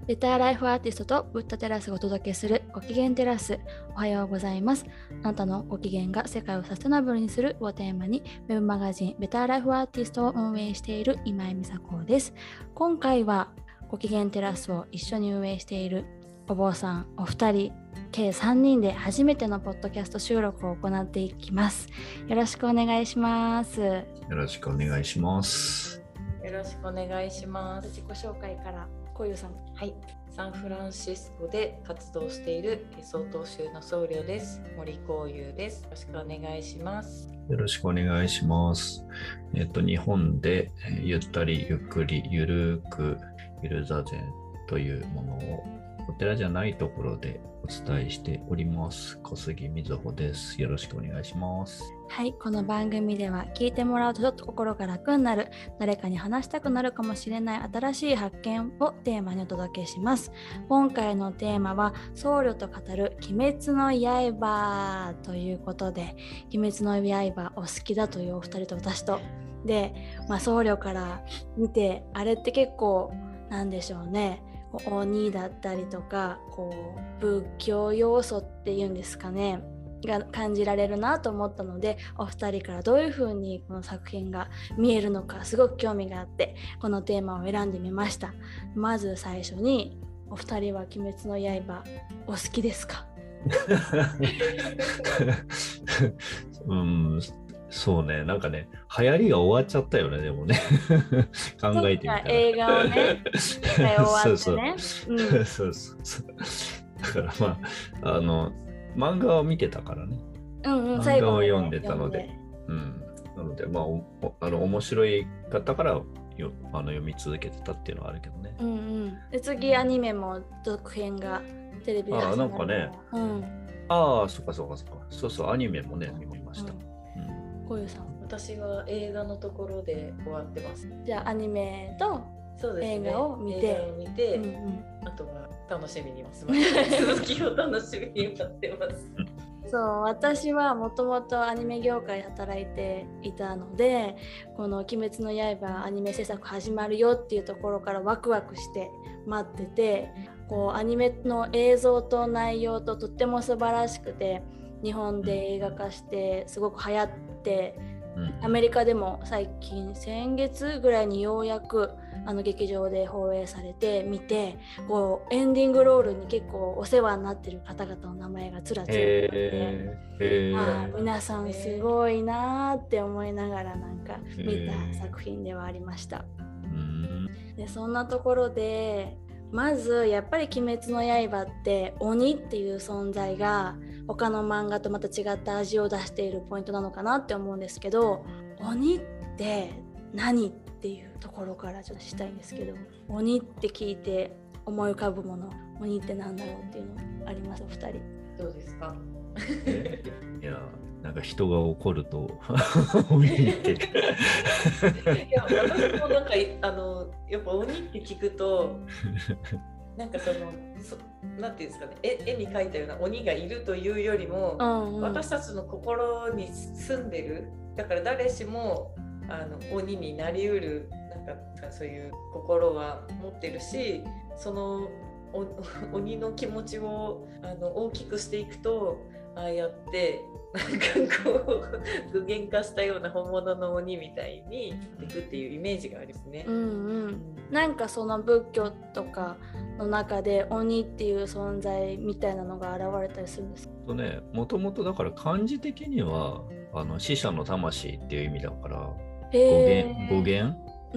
ベターライフアーティストとブッダテラスがお届けするご機嫌テラス。おはようございます。あなたのご機嫌が世界をサステナブルにするをテーマにウェブマガジンベターライフアーティストを運営している今井美佐子です。今回はご機嫌テラスを一緒に運営しているお坊さんお二人計3人で初めてのポッドキャスト収録を行っていきます。よろしくお願いします。 よろしくお願いします。 よろしくお願いします。 自己紹介からこういうさん。 はい、サンフランシスコで活動している曹洞宗の僧侶です。森光雄です。よろしくお願いします。 よろしくお願いします。日本でゆったりゆっくりゆるくゆる座禅というものをお寺じゃないところでお伝えしております。小杉瑞穂です。よろしくお願いします。 はい、この番組では聞いてもらうとちょっと心が楽になる、誰かに話したくなるかもしれない新しい発見をテーマにお届けします。今回のテーマは僧侶と語る鬼滅の刃ということで、鬼滅の刃お好きだというお二人と私とで、僧侶から見てあれって結構なんでしょうね、鬼だったりとか仏教要素っていうんですかねが感じられるなと思ったので、お二人からどういう風にこの作品が見えるのかすごく興味があってこのテーマを選んでみました。まず最初に、お二人は鬼滅の刃お好きですか？ そうね、なんかね、流行りが終わっちゃったよね、でもね。考えてみたら。 映画をね、終わってね。 そう。だから漫画を見てたからね。漫画を読んでたので。なので、面白いかったから読み続けてたっていうのはあるけどね。 で次、アニメも続編がテレビで始まる。 なんかね。そっか。そう、アニメもね、見ました。 こういうさん。 私は映画のところで終わってます。 じゃあアニメと映画を見て、 あとは楽しみにます。続きを楽しみに待ってます。 そう、私はもともとアニメ業界で働いていたので、この「鬼滅の刃」アニメ制作始まるよっていうところからワクワクして待ってて、アニメの映像と内容ととっても素晴らしくて、日本で映画化してすごく流行って、アメリカでも最近先月ぐらいにようやく劇場で放映されて見て、エンディングロールに結構お世話になってる方々の名前がつらつら出て、皆さんすごいなって思いながら見た作品ではありました。でそんなところで、まずやっぱり鬼滅の刃って鬼っていう存在が他の漫画とまた違った味を出しているポイントなのかなって思うんですけど、鬼って何っていうところからちょっとしたいんですけど、鬼って聞いて思い浮かぶもの、鬼ってなんだろうっていうのあります？お二人どうですか？ いや、なんか人が怒ると鬼っていや、私もやっぱ鬼って聞くとなんかなんていうんですかね、絵に描いたような鬼がいるというよりも、私たちの心に住んでる、だから誰しも鬼になりうるそういう心は持ってるし、その鬼の気持ちを大きくしていくと、ああやって具現化したような本物の鬼みたいにいくっていうイメージがありますね。 なんかその仏教とかの中で鬼っていう存在みたいなのが現れたりするんですか？ もともとだから漢字的には死者の魂っていう意味だから、語源、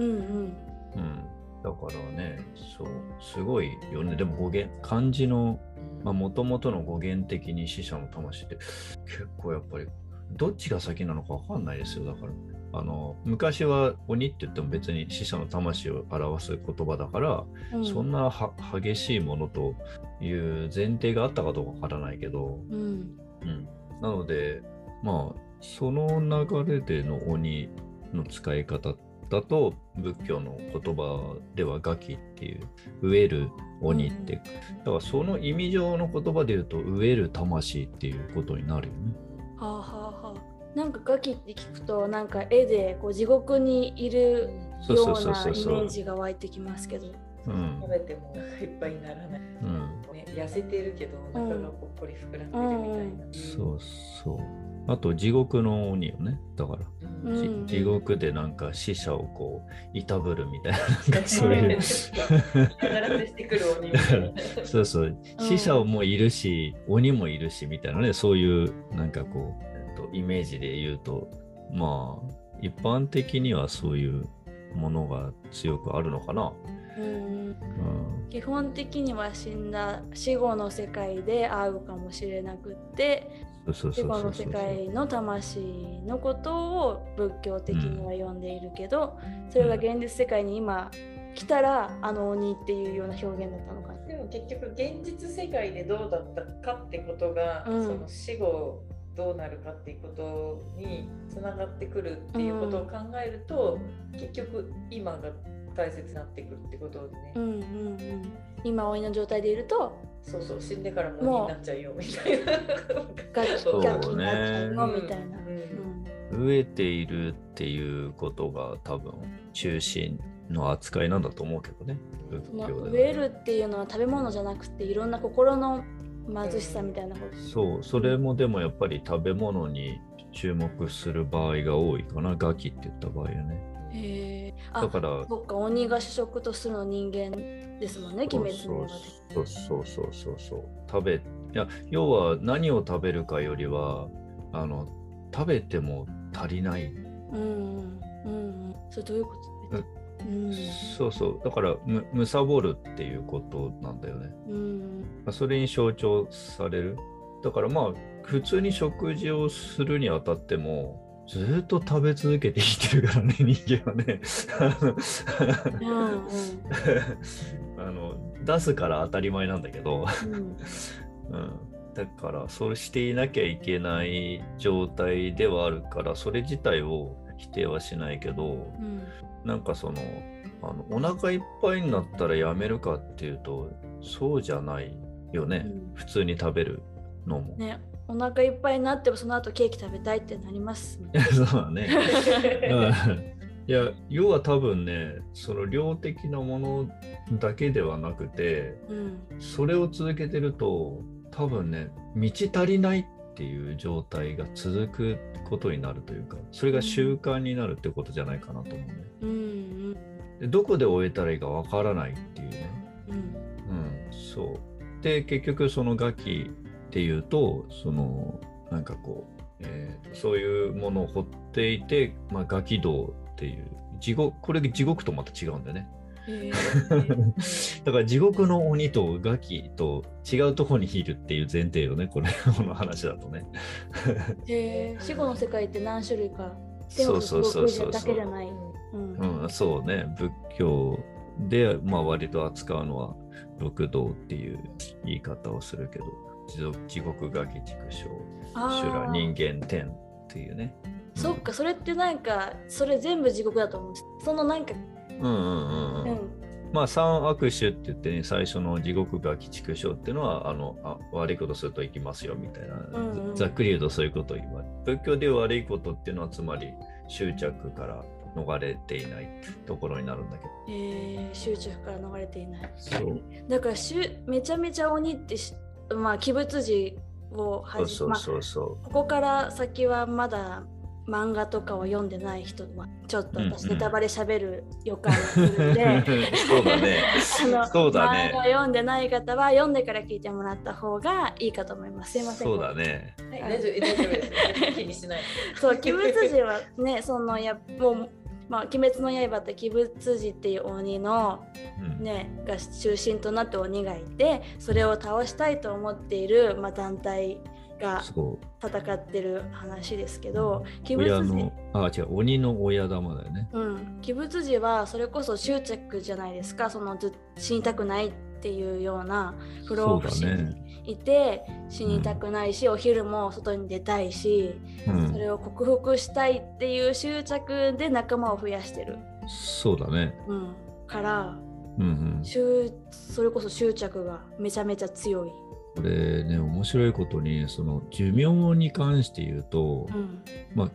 だからね、そうすごいよね。でも語源、漢字のもともとの語源的に死者の魂って結構やっぱりどっちが先なのか分かんないですよ。だから昔は鬼って言っても別に死者の魂を表す言葉だから、そんな激しいものという前提があったかどうか分からないけど、なのでその流れでの鬼の使い方だと、仏教の言葉では餓鬼っていう飢える鬼って、だからその意味上の言葉で言うと飢える魂っていうことになるよね。 なんか餓鬼って聞くとなんか絵で地獄にいるようなイメージが湧いてきますけど、 食べてもお腹いっぱいにならない、ね、痩せてるけどお腹がぽっこり膨らんでるみたいな、 そうそう。あと地獄の鬼よね。だから、地獄でなんか死者をこういたぶるみたいな、なんかそういうしてくる鬼みたいなそうそう、死者もいるし、鬼もいるしみたいなね、そういうなんかこう、イメージで言うと、まあ一般的にはそういうものが強くあるのかな。 基本的には死後の世界で会うかもしれなくって、死後の世界の魂のことを仏教的には呼んでいるけど、それが現実世界に今来たらあの鬼っていうような表現だったのかな。 でも結局現実世界でどうだったかってことが、その死後どうなるかっていうことにつながってくるっていうことを考えると、結局今が大切になってくるってことでね、 今鬼の状態でいると、 そうそう、死んでからも鬼になっちゃうよみたいな、 ガキになっちゃうよみたいな、 飢えているっていうことが多分中心の扱いなんだと思うけどね、仏教ではね。 飢えるっていうのは食べ物じゃなくていろんな心の貧しさみたいなこと。 そう、それもでもやっぱり食べ物に注目する場合が多いかな、ガキって言った場合はね。だからそっか、鬼が主食とするの人間ですもんね、鬼滅の刃で。 そう要は何を食べるかよりは食べても足りない。 それどういうことそうだからむさぼるっていうことなんだよね。それに象徴される。だからまあ普通に食事をするにあたってもずっと食べ続けて生きてるからね、人間はね。出すから当たり前なんだけど、だからそうしていなきゃいけない状態ではあるから、それ自体を否定はしないけど、なんかそのお腹いっぱいになったらやめるかっていうとそうじゃないよね、普通に食べるのも。 ね、お腹いっぱいになってもその後ケーキ食べたいってなります、 ね。そうだね。いや、要は多分ね、その量的なものだけではなくて、それを続けてると多分ね、満ち足りないっていう状態が続くことになるというか、それが習慣になるってことじゃないかなと思うね。でどこで終えたらいいかわからないっていうね。そうで結局そのガキっていうと、そのなんかこう、そういうものを掘っていて、ガキ道っていうこれ地獄とまた違うんだよね。だから地獄の鬼とガキと違うところにいるっていう前提よね、この話だとね。 死後の世界って何種類か。 そうだけじゃない。 そうね、仏教で割と扱うのは六道っていう言い方をするけど、地獄、ガキ、畜生、修羅、人間、天っていうね。 そっか、それってなんかそれ全部地獄だと思うんです。そのなんか三悪種って言ってね、最初の地獄、ガキ、畜生っていうのは悪いことすると行きますよみたいな、ざっくり言うとそういうことを言われる。仏教で悪いことっていうのはつまり執着から逃れていないところになるんだけど、 執着から逃れていない。 そうだからめちゃめちゃ鬼って鬼仏寺をここから先はまだ漫画とかを読んでない人はちょっと私ネタバレ喋る予感がするんで、 そうだね。そうだね。 漫画を読んでない方は読んでから聞いてもらった方がいいかと思います。すいません。 そうだね。 大丈夫です。気にしない。 そう、鬼仏寺はね、そのもう鬼滅の刃って鬼仏寺っていう鬼のね、が中心となって鬼がいて、それを倒したいと思っている団体が戦ってる話ですけど、 鬼鬼の親玉だよね。 鬼仏寺はそれこそ執着じゃないですか。その死にたくないっていうような不老不死にいて、死にたくないし、お昼も外に出たいし、それを克服したいっていう執着で仲間を増やしてる。 そうだね。 から、それこそ執着がめちゃめちゃ強い。 これね、面白いことにその寿命に関して言うと、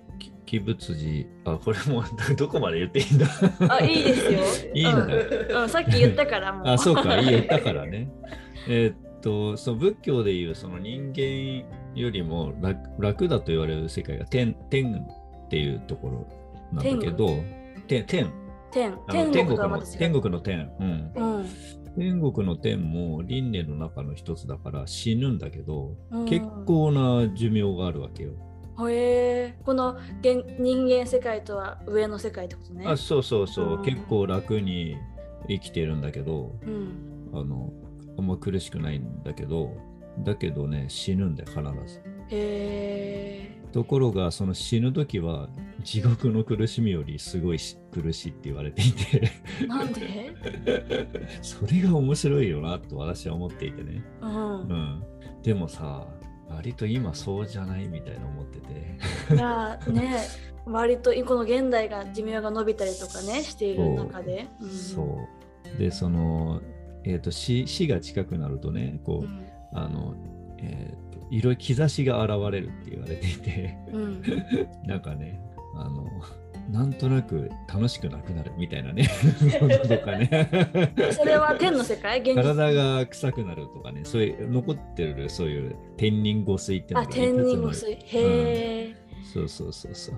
鬼仏寺、これもどこまで言っていいんだあ、いいですよ。 いいんだ、 うん、さっき言ったからもう。 あ、そうか、言ったからね。その仏教でいうその人間よりも 楽だと言われる世界が天っていうところなんだけど、天国の天、天国の天も輪廻の中の一つだから死ぬんだけど、結構な寿命があるわけよ。 へえ、この人間世界とは上の世界ってことね。 あ、そうそうそう、結構楽に生きてるんだけど、あんま苦しくないんだけどね、死ぬんだよ、必ず。 へえ。 ところが、その死ぬ時は地獄の苦しみよりすごい苦しいって言われていてなんでそれが面白いよなと私は思っていてね。でもさ、割と今そうじゃないみたいな思ってていやね、割とこの現代が寿命が伸びたりとかねしている中で、 そうで、その死が近くなるとね、こう、いろいろ兆しが現れるって言われていて、なんかね、なんとなく楽しくなくなるみたいなねとかねそれは天の世界？ 体が臭くなるとかね、そういう残ってる、そういう天人御水ってのが、 天人御水、へえ、 そうそうそうそう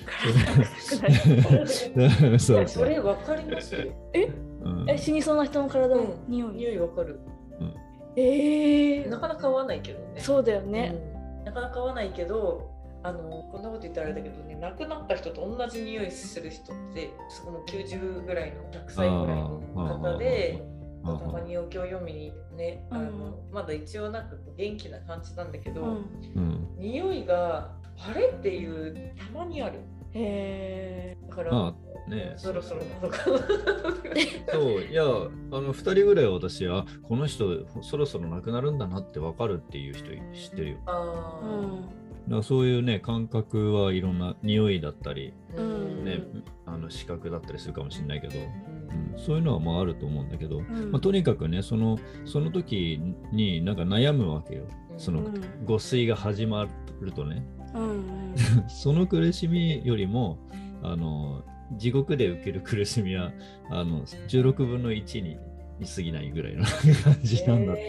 そうそれわかります？ 死にそうな人の体の匂いわかる。なかなか合わないけどね。 そうだよね、 なかなか合わないけど、こんなこと言ったらあれだけどね、亡くなった人と同じ匂いする人ってそこの90ぐらいの100歳ぐらいの方で、たまにお経を読みにね、まだ一応なんか元気な感じなんだけど、匂いがあれっていうたまにある。へー、だからね、そろそろなのかなそう、いや、2人ぐらい私はこの人そろそろ亡くなるんだなって分かるっていう人知ってるよ。だからそういうね、感覚はいろんな匂いだったり、ね、視覚だったりするかもしれないけど、そういうのはまああると思うんだけど、とにかくね、その時になんか悩むわけよ。その御水が始まるとね、その苦しみよりも地獄で受ける苦しみは16分の1に過ぎないぐらいの感じなんだって。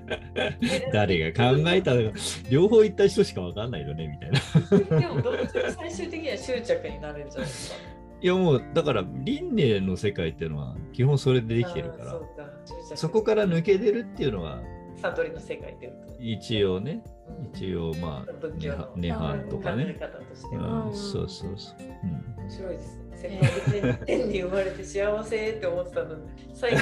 誰が考えたのか、両方言った人しか分かんないよねみたいな。でもどっちも最終的には執着になるんじゃないですか。 いやもうだから輪廻の世界っていうのは基本それでできてるから、そこから抜け出るっていうのは悟りの世界っていうこと一応ね、まあ涅槃とかね。そうそうそう。 面白いですね。せっかく天に生まれて幸せって思ってたのに、最後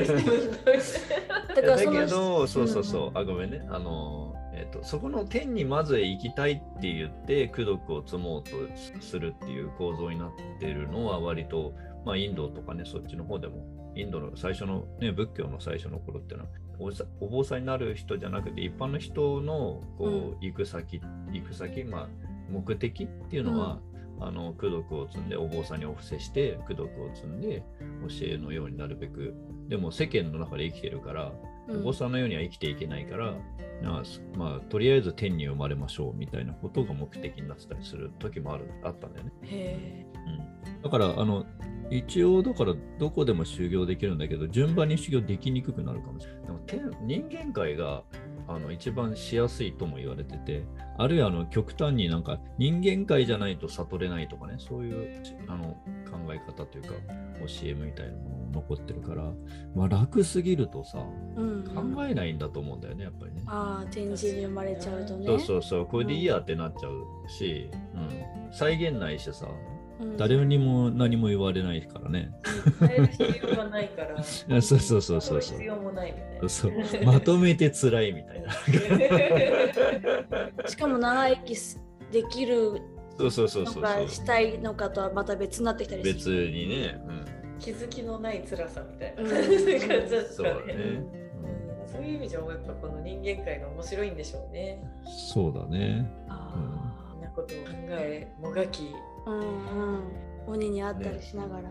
だけど、そうそうそう、ごめんね。そこの天にまず行きたいって言って功徳を積もうとするっていう構造になってるのは割と、まあ、インドとかね、そっちの方でも、インドの最初の、ね、仏教の最初の頃っていうのはお坊さんになる人じゃなくて一般の人のこう行く先、まあ、目的っていうのは、功徳を積んでお坊さんにお布施して功徳を積んで教えのようになるべく、でも世間の中で生きてるからお坊さんのようには生きていけないから、まあとりあえず天に生まれましょうみたいなことが目的になってたりする時もあったんだよね。 へー、だから一応だからどこでも修行できるんだけど順番に修行できにくくなるかもしれない。でも人間界が一番しやすいとも言われてて、あるいは極端になんか人間界じゃないと悟れないとかね、そういう考え方というか教えみたいなもの残ってるから、まあ、楽すぎるとさ、考えないんだと思うんだよね、やっぱりね。 天地に生まれちゃうとね。 そうそうそう、これでいいやってなっちゃうし、再現ないしさ、誰にも何も言われないからね。 変える必要がないから。 そうそうそうそう。 必要もないみたいな。 そう、まとめて辛いみたいな。 しかも長生きできるのかしたいのかとはまた別になってきたりする。 別にね。 気づきのない辛さみたいな感じですかね。そういう意味じゃやっぱこの人間界が面白いんでしょうね。 そうだね。 こんなことを考えもがき。 鬼に会ったりしながら、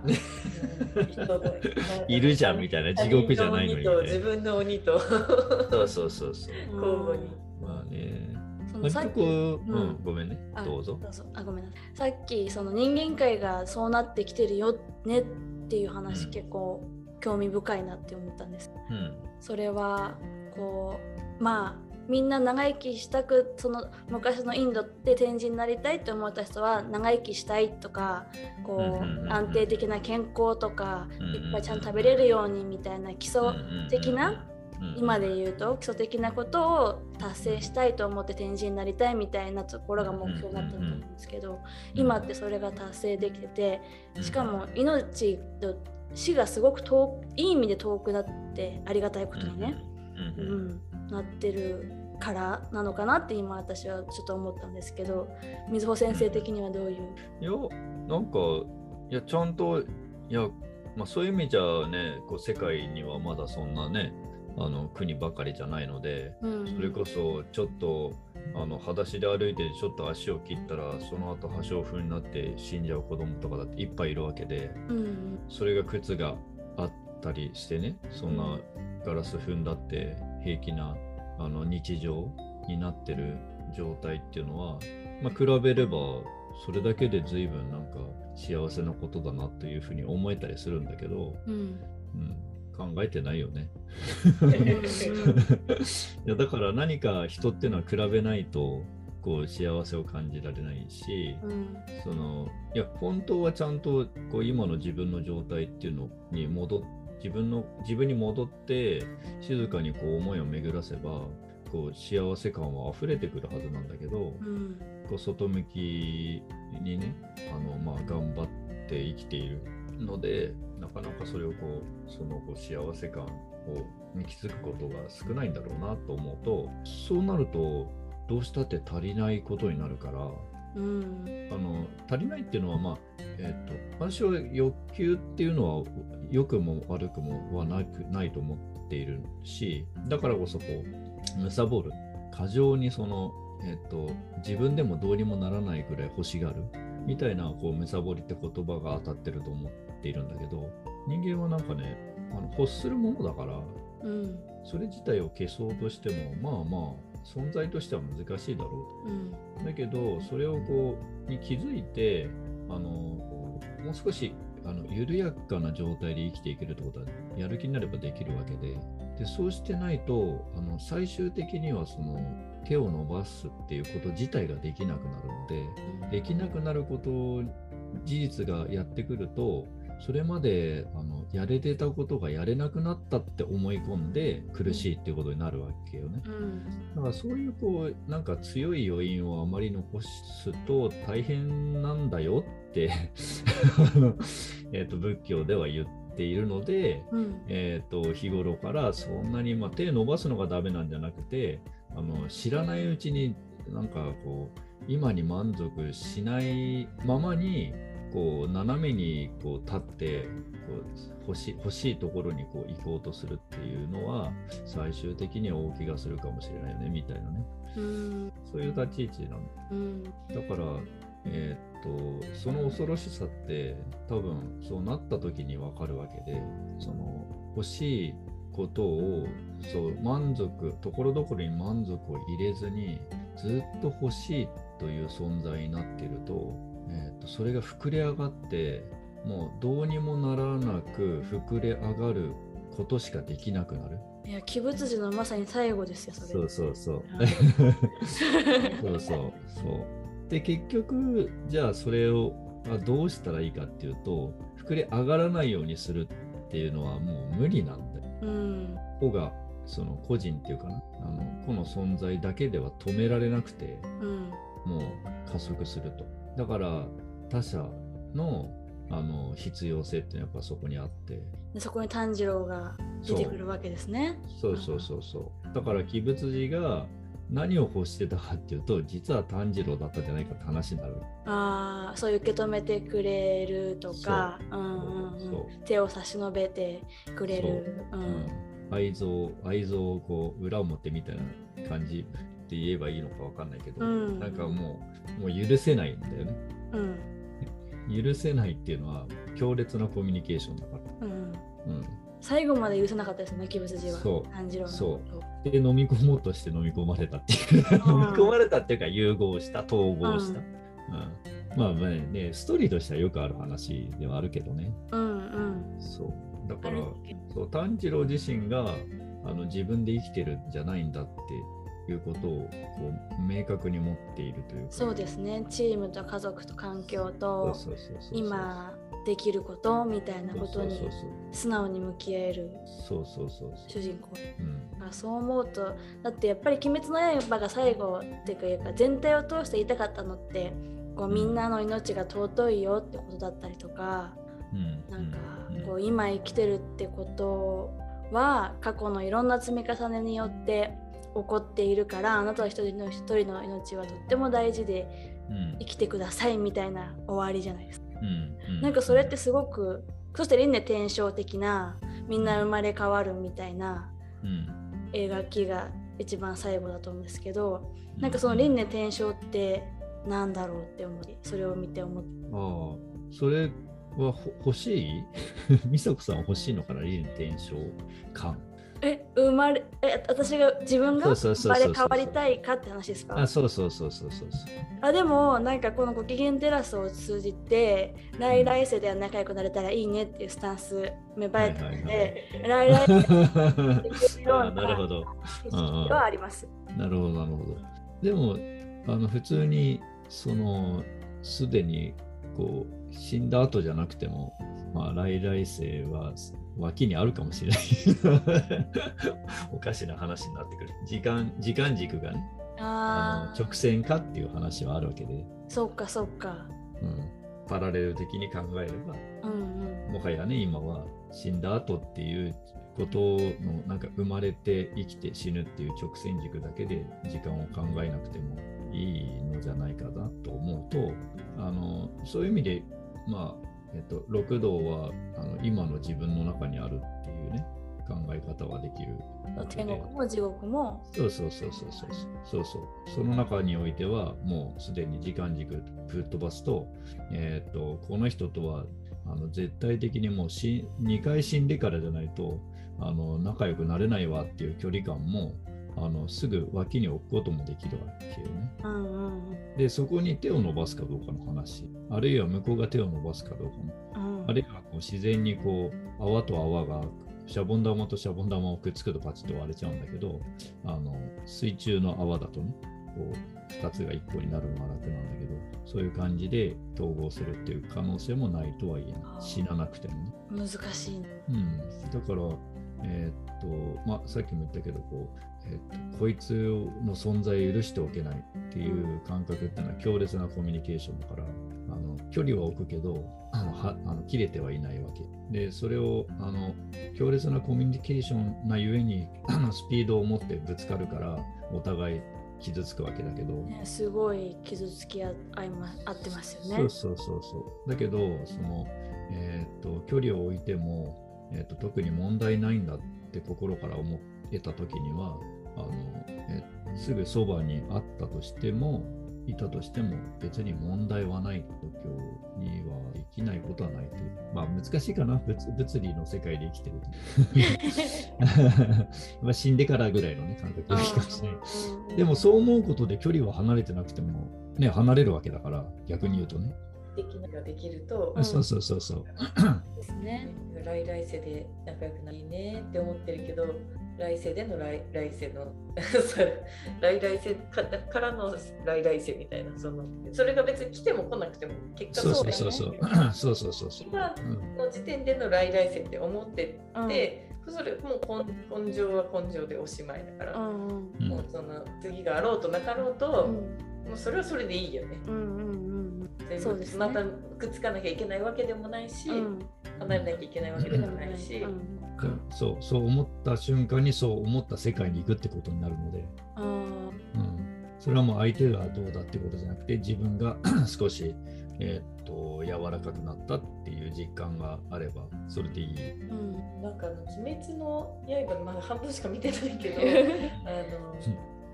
いるじゃんみたいな、地獄じゃないのに、 自分の鬼とそう交互に。 まあね、 さっき、 ごめんね、どうぞ。 ごめんなさい。さっきその人間界がそうなってきてるよねっていう話、結構興味深いなって思ったんです。それはこうみんな長生きしたく、その昔のインドで天神になりたいって思った人は長生きしたいとか、こう安定的な健康とか、いっぱいちゃんと食べれるようにみたいな基礎的な、今で言うと基礎的なことを達成したいと思って天神になりたいみたいなところが目標だったと思うんですけど、今ってそれが達成できてて、しかも命と死がすごくいい意味で遠くなって、ありがたいことにね、なってるからなのかなって今私はちょっと思ったんですけど、水穂先生的にはどういう？ いや、なんかちゃんとそういう意味じゃね、こう世界にはまだそんなね国ばかりじゃないので、それこそちょっと裸足で歩いてちょっと足を切ったらその後破傷風になって死んじゃう子供とかだっていっぱいいるわけで、それが靴があったりしてね、そんなガラス踏んだって平気な日常になってる状態っていうのは、比べればそれだけで随分なんか幸せなことだなというふうに思えたりするんだけど、考えてないよね。いやだから何か人っていうのは比べないとこう幸せを感じられないし、本当はちゃんとこう今の自分の状態っていうのに自分に戻って静かにこう思いを巡らせばこう幸せ感は溢れてくるはずなんだけど、こう外向きにね頑張って生きているので、なかなかそれをこう幸せ感に気づくことが少ないんだろうなと思うと、そうなるとどうしたって足りないことになるから、足りないっていうのは私は欲求っていうのは良くも悪くもはないと思っているし、だからこそこう貪る、過剰に自分でもどうにもならないぐらい欲しがるみたいなこう貪りって言葉が当たってると思っているんだけど、人間はなんかね欲するものだから、それ自体を消そうとしても存在としては難しいだろうと、だけどそれをこうに気づいてもう少し緩やかな状態で生きていけるってことはやる気になればできるわけで、そうしてないと最終的には手を伸ばすっていうこと自体ができなくなるので、できなくなること事実がやってくると、それまでやれてたことがやれなくなったって思い込んで苦しいっていうことになるわけよね。だからそういうこうなんか強い余韻をあまり残すと大変なんだよって仏教では言っているので、日頃からそんなに手を伸ばすのがダメなんじゃなくて、知らないうちになんかこう今に満足しないままにこう斜めにこう立ってこう欲しいところにこう行こうとするっていうのは最終的には大怪我するかもしれないよねみたいなね、そういう立ち位置なんだ。だからその恐ろしさって多分そうなった時に分かるわけで、欲しいことを満足ところどころに満足を入れずにずっと欲しいという存在になっていると、それが膨れ上がってもうどうにもならなく膨れ上がることしかできなくなる。 いや、鬼仏寺のまさに最後ですよ、それ。 そうで結局じゃあそれをどうしたらいいかっていうと、膨れ上がらないようにするっていうのはもう無理なんだよ。個が個人っていうかな、個の存在だけでは止められなくて、もう加速すると。だから他者の必要性ってやっぱそこにあって、 でそこに炭治郎が出てくるわけですね。 そうだから鬼仏寺が何を欲してたかっていうと、実は炭治郎だったんじゃないかって話になる。 そういう受け止めてくれるとか、手を差し伸べてくれる、 愛憎をこう裏表みたいな感じって言えばいいのかわかんないけど、なんかもう許せないんだよね。許せないっていうのは強烈なコミュニケーションだから。 最後まで許せなかったですね、鬼舞辻は。 そう炭治郎のそうで飲み込もうとして飲み込まれたっていう飲み込まれたっていうか融合した統合した、まあねストーリーとしてはよくある話ではあるけどね。そうだからそう炭治郎自身が自分で生きてるんじゃないんだっていうことをこう明確に持っているというか。 そうですね、チームと家族と環境と今できることみたいなことに素直に向き合える主人公。そう思うと、だってやっぱり「鬼滅の刃」が最後っていうか全体を通して言いたかったのってこうみんなの命が尊いよってことだったりとか、なんかこう今生きてるってことは過去のいろんな積み重ねによって起こっているから、あなたは一人の命はとっても大事で生きてくださいみたいな終わりじゃないですか。なんかそれってすごく、そして輪廻転生的なみんな生まれ変わるみたいな描きが一番最後だと思うんですけど、なんかその輪廻転生ってなんだろうって思い、それを見て思って。 それは欲しい美佐子さんは欲しいのかな、輪廻転生感。 私が自分が生まれ変わりたいかって話ですか？ そう。 でもなんかこのご機嫌テラスを通じて来来世では仲良くなれたらいいねっていうスタンス芽生えたので、来来世できるようななるほど意識はあります。 なるほど。でも普通にすでにこう死んだ後じゃなくても、来来世は脇にあるかもしれないおかしな話になってくる。時間軸がね、直線かっていう話はあるわけで。 そうか、 パラレル的に考えれば、もはやね今は死んだ後っていうことのなんか生まれて生きて死ぬっていう直線軸だけで時間を考えなくてもいいのじゃないかなと思うと、そういう意味で六道は今の自分の中にあるっていうね考え方はできる。 天国も地獄も。 そう。その中においてはもうすでに時間軸ぶっ飛ばすと、この人とは絶対的にもう2回死んでからじゃないと仲良くなれないわっていう距離感もすぐ脇に置くこともできるわけよね。でそこに手を伸ばすかどうかの話、あるいは向こうが手を伸ばすかどうかの、あるいはこう自然にこう泡と泡がシャボン玉とシャボン玉をくっつくとパチッと割れちゃうんだけど、水中の泡だとねこう2つが1個になるのが楽なんだけど、そういう感じで統合するっていう可能性もないとは言えない。死ななくてもね。 難しい。 だからさっきも言ったけどこいつの存在を許しておけないっていう感覚ってのは強烈なコミュニケーションだから、距離は置くけど切れてはいないわけで、それを強烈なコミュニケーションなゆえにスピードを持ってぶつかるからお互い傷つくわけだけど、 すごい傷つき合ってますよね。 そうだけど距離を置いても特に問題ないんだって心から思えた時にはすぐそばにあったとしてもいたとしても別に問題はない状況にはできないことはないという、難しいかな、物理の世界で生きてると死んでからぐらいの、ね、感覚がいいかもしれない。でもそう思うことで距離は離れてなくても、ね、離れるわけだから逆に言うとね。 できると、 そうですね。 来来世で仲良くないねって思ってるけど、来世での来世の来来世からの来来世みたいな、それが別に来ても来なくても結果そうだよね。そう今の時点での来来世って思ってて、それもう根性は根性でおしまいだから、もう次があろうとなかろうと、もうそれはそれでいいよね。そうですね、またくっつかなきゃいけないわけでもないし、離れなきゃいけないわけでもないし、 そう思った瞬間にそう思った世界に行くってことになるので、それはもう相手がどうだってことじゃなくて自分が少し、柔らかくなったっていう実感があればそれでいい。 なんか鬼滅の刃まだ半分しか見てないけど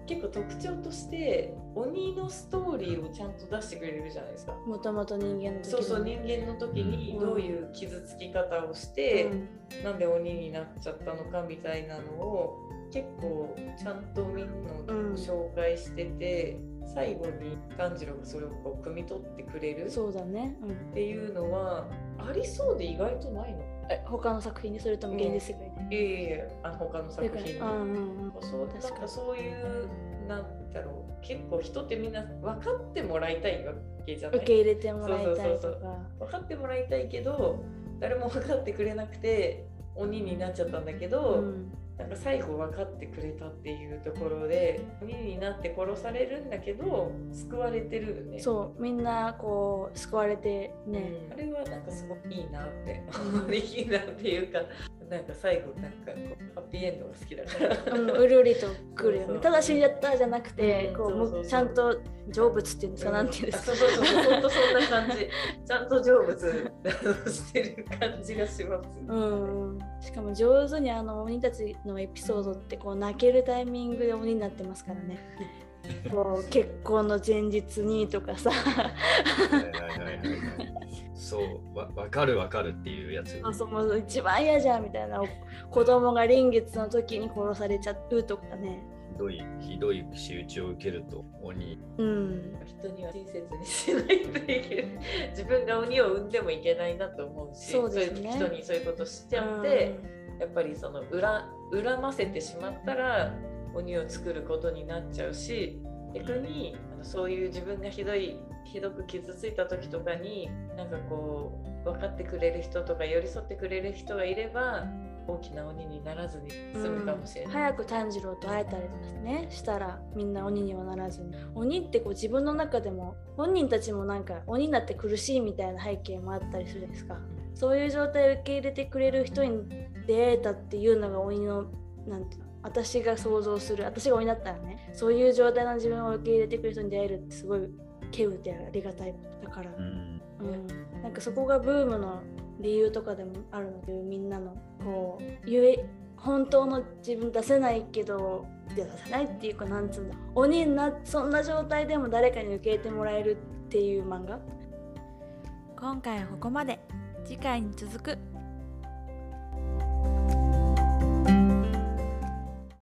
結構特徴として鬼のストーリーをちゃんと出してくれるじゃないですか。 もともと人間の時に、 そうそう人間の時にどういう傷つき方をして、なんで鬼になっちゃったのかみたいなのを結構ちゃんとみんなの紹介してて、最後に炭治郎がそれをこう汲み取ってくれるそうだね、 っていうのはありそうで意外とないの。 他の作品にそれとも現実世界に、他の作品に、そういうなんだろう、結構人ってみんな分かってもらいたいわけじゃない。 受け入れてもらいたいとか、 分かってもらいたいけど誰も分かってくれなくて鬼になっちゃったんだけど、なんか最後分かってくれたっていうところで鬼になって殺されるんだけど救われてるよね。 そうみんなこう救われてね、 あれはなんかすごくいいなっていいなっていうか、なんか最後なんかこうハッピーエンドが好きだからうるうりとくるよね。ただ死んじゃったじゃなくて、こうちゃんと成仏っていうんですか、なんていうんですか、 そう本当そんな感じちゃんと成仏してる感じがします。 しかも上手に鬼たちのエピソードってこう泣けるタイミングで鬼になってますからね。こう結婚の前日にとかさそう分かるっていうやつ。 そう一番嫌じゃんみたいな、子供が臨月の時に殺されちゃうとかね。 ひどい仕打ちを受けると鬼、 人には親切にしないといけない。自分が鬼を産んでもいけないなと思うし、 そうですね、 人にそういうことしちゃって、やっぱりその恨ませてしまったら鬼を作ることになっちゃうし、逆にそういう自分がひどく傷ついた時とかになんかこう分かってくれる人とか寄り添ってくれる人がいれば大きな鬼にならずに済むかもしれない。 早く炭治郎と会えたりとかねしたらみんな鬼にはならずに。鬼ってこう自分の中でも本人たちもなんか鬼になって苦しいみたいな背景もあったりするんですか。そういう状態を受け入れてくれる人に出会えたっていうのが鬼のなんていうの、私が想像する、私が鬼だったらね、そういう状態の自分を受け入れてくれる人に出会えるってすごい稀有でありがたいことだから、なんかそこがブームの理由とかでもあるので、みんなのこう本当の自分出せないけど出せないっていうか、なんつうんだ、鬼になそんな状態でも誰かに受け入れてもらえるっていう漫画。 今回はここまで。次回に続く。